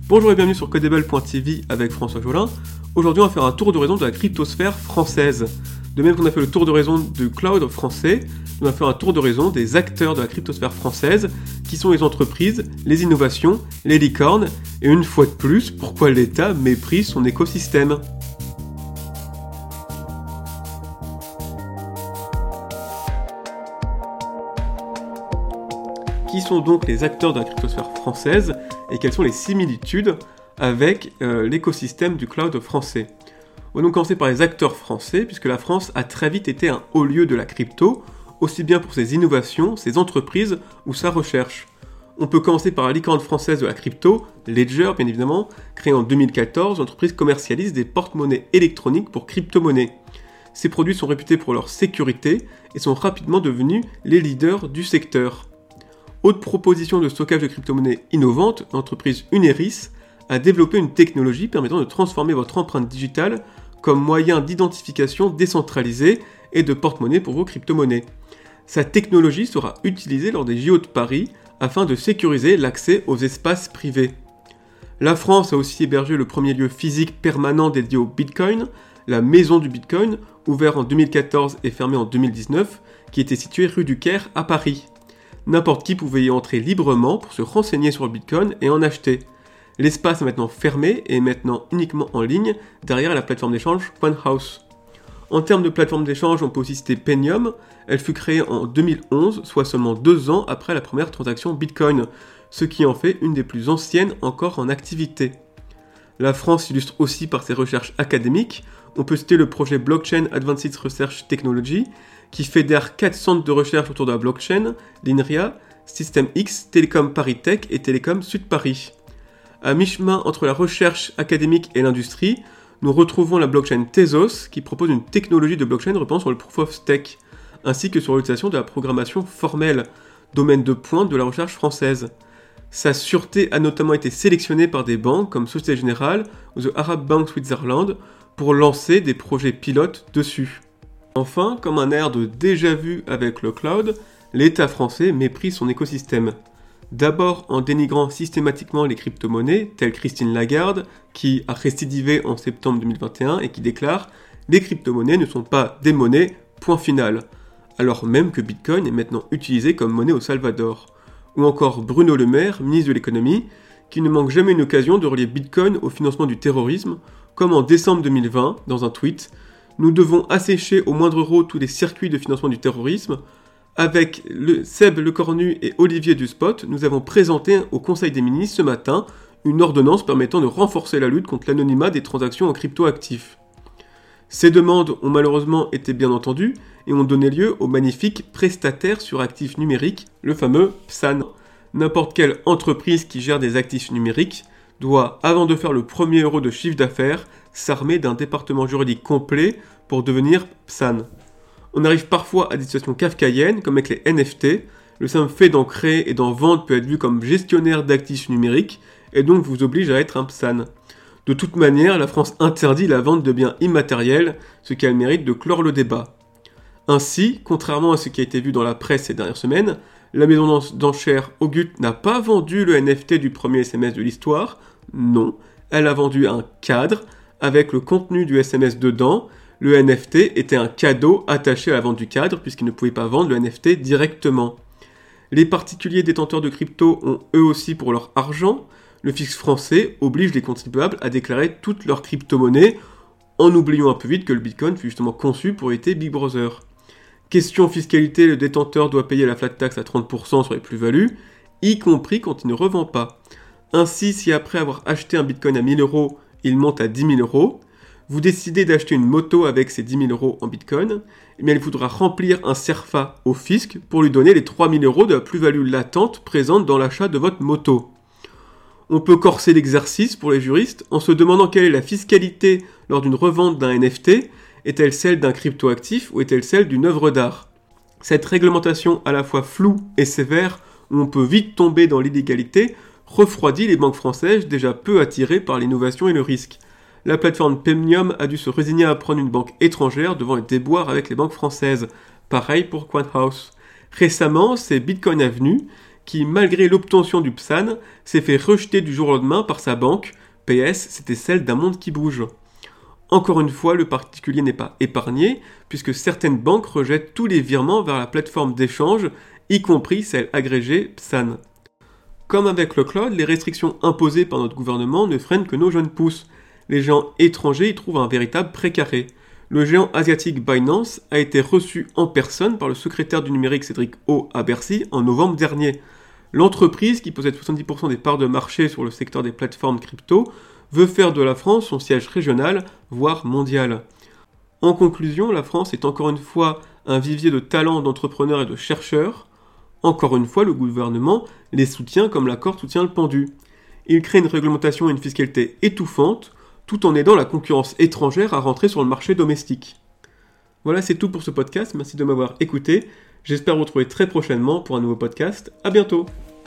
Bonjour et bienvenue sur Codable.tv avec François Jolin. Aujourd'hui, on va faire un tour d'horizon de la cryptosphère française. De même qu'on a fait le tour d'horizon du cloud français, on va faire un tour d'horizon des acteurs de la cryptosphère française, qui sont les entreprises, les innovations, les licornes, et une fois de plus, pourquoi l'État méprise son écosystème. Qui sont donc les acteurs de la cryptosphère française et quelles sont les similitudes avec l'écosystème du cloud français. On va donc commencer par les acteurs français, puisque la France a très vite été un haut lieu de la crypto, aussi bien pour ses innovations, ses entreprises ou sa recherche. On peut commencer par la licorne française de la crypto, Ledger bien évidemment, créée en 2014, l'entreprise commercialise des porte-monnaies électroniques pour crypto-monnaies. Ces produits sont réputés pour leur sécurité et sont rapidement devenus les leaders du secteur. Autre proposition de stockage de crypto-monnaies innovante, l'entreprise Uneris a développé une technologie permettant de transformer votre empreinte digitale comme moyen d'identification décentralisé et de porte-monnaie pour vos crypto-monnaies. Sa technologie sera utilisée lors des JO de Paris afin de sécuriser l'accès aux espaces privés. La France a aussi hébergé le premier lieu physique permanent dédié au Bitcoin, la Maison du Bitcoin, ouvert en 2014 et fermé en 2019, qui était située rue du Caire à Paris. N'importe qui pouvait y entrer librement pour se renseigner sur le Bitcoin et en acheter. L'espace est maintenant fermé et est maintenant uniquement en ligne derrière la plateforme d'échange Coinhouse. En termes de plateforme d'échange, on peut aussi citer Paynium. Elle fut créée en 2011, soit seulement 2 ans après la première transaction Bitcoin, ce qui en fait une des plus anciennes encore en activité. La France s'illustre aussi par ses recherches académiques. On peut citer le projet Blockchain Advanced Research Technology, qui fédère 4 centres de recherche autour de la blockchain, l'INRIA, Système X, Télécom Paris Tech et Télécom Sud Paris. À mi-chemin entre la recherche académique et l'industrie, nous retrouvons la blockchain Tezos, qui propose une technologie de blockchain reposant sur le proof of stake, ainsi que sur l'utilisation de la programmation formelle, domaine de pointe de la recherche française. Sa sûreté a notamment été sélectionnée par des banques comme Société Générale ou The Arab Bank Switzerland pour lancer des projets pilotes dessus. Enfin, comme un air de déjà-vu avec le cloud, l'État français méprise son écosystème. D'abord en dénigrant systématiquement les crypto-monnaies, telle Christine Lagarde, qui a récidivé en septembre 2021 et qui déclare « Les crypto-monnaies ne sont pas des monnaies, point final », alors même que Bitcoin est maintenant utilisé comme monnaie au Salvador. Ou encore Bruno Le Maire, ministre de l'économie, qui ne manque jamais une occasion de relier Bitcoin au financement du terrorisme, comme en décembre 2020, dans un tweet « Nous devons assécher au moindre euro tous les circuits de financement du terrorisme. Avec Seb Lecornu et Olivier Dussopt, nous avons présenté au Conseil des ministres ce matin une ordonnance permettant de renforcer la lutte contre l'anonymat des transactions en crypto-actifs. Ces demandes ont malheureusement été bien entendues et ont donné lieu au magnifique prestataire sur actifs numériques, le fameux PSAN. N'importe quelle entreprise qui gère des actifs numériques doit, avant de faire le premier euro de chiffre d'affaires, s'armer d'un département juridique complet pour devenir PSAN. On arrive parfois à des situations kafkaïennes, comme avec les NFT. Le simple fait d'en créer et d'en vendre peut être vu comme gestionnaire d'actifs numériques, et donc vous oblige à être un PSAN. De toute manière, la France interdit la vente de biens immatériels, ce qui a le mérite de clore le débat. Ainsi, contrairement à ce qui a été vu dans la presse ces dernières semaines, la maison d'enchères Augut n'a pas vendu le NFT du premier SMS de l'histoire. Non, elle a vendu un cadre avec le contenu du SMS dedans. Le NFT était un cadeau attaché à la vente du cadre puisqu'ils ne pouvaient pas vendre le NFT directement. Les particuliers détenteurs de crypto ont eux aussi pour leur argent. Le fisc français oblige les contribuables à déclarer toutes leurs crypto-monnaies en oubliant un peu vite que le Bitcoin fut justement conçu pour éviter Big Brother. Question fiscalité, le détenteur doit payer la flat tax à 30% sur les plus-values, y compris quand il ne revend pas. Ainsi, si après avoir acheté un Bitcoin à 1000 €, il monte à 10 000 €, vous décidez d'acheter une moto avec ces 10 000 € en Bitcoin, eh bien il faudra remplir un CERFA au fisc pour lui donner les 3 000 € de la plus-value latente présente dans l'achat de votre moto. On peut corser l'exercice pour les juristes en se demandant quelle est la fiscalité lors d'une revente d'un NFT. Est-elle celle d'un cryptoactif ou est-elle celle d'une œuvre d'art ? Cette réglementation à la fois floue et sévère, où on peut vite tomber dans l'illégalité, refroidit les banques françaises déjà peu attirées par l'innovation et le risque. La plateforme Paynium a dû se résigner à prendre une banque étrangère devant les déboires avec les banques françaises. Pareil pour Coinhouse. Récemment, c'est Bitcoin Avenue qui, malgré l'obtention du PSAN, s'est fait rejeter du jour au lendemain par sa banque. PS, c'était celle d'un monde qui bouge. Encore une fois, le particulier n'est pas épargné, puisque certaines banques rejettent tous les virements vers la plateforme d'échange, y compris celle agrégée PSAN. Comme avec le cloud, les restrictions imposées par notre gouvernement ne freinent que nos jeunes pousses. Les géants étrangers y trouvent un véritable précaré. Le géant asiatique Binance a été reçu en personne par le secrétaire du numérique Cédric O à Bercy en novembre dernier. L'entreprise, qui possède 70% des parts de marché sur le secteur des plateformes crypto, veut faire de la France son siège régional, voire mondial. En conclusion, la France est encore une fois un vivier de talents, d'entrepreneurs et de chercheurs. Encore une fois, le gouvernement les soutient comme la corde soutient le pendu. Il crée une réglementation et une fiscalité étouffantes, tout en aidant la concurrence étrangère à rentrer sur le marché domestique. Voilà, c'est tout pour ce podcast, merci de m'avoir écouté. J'espère vous retrouver très prochainement pour un nouveau podcast. À bientôt!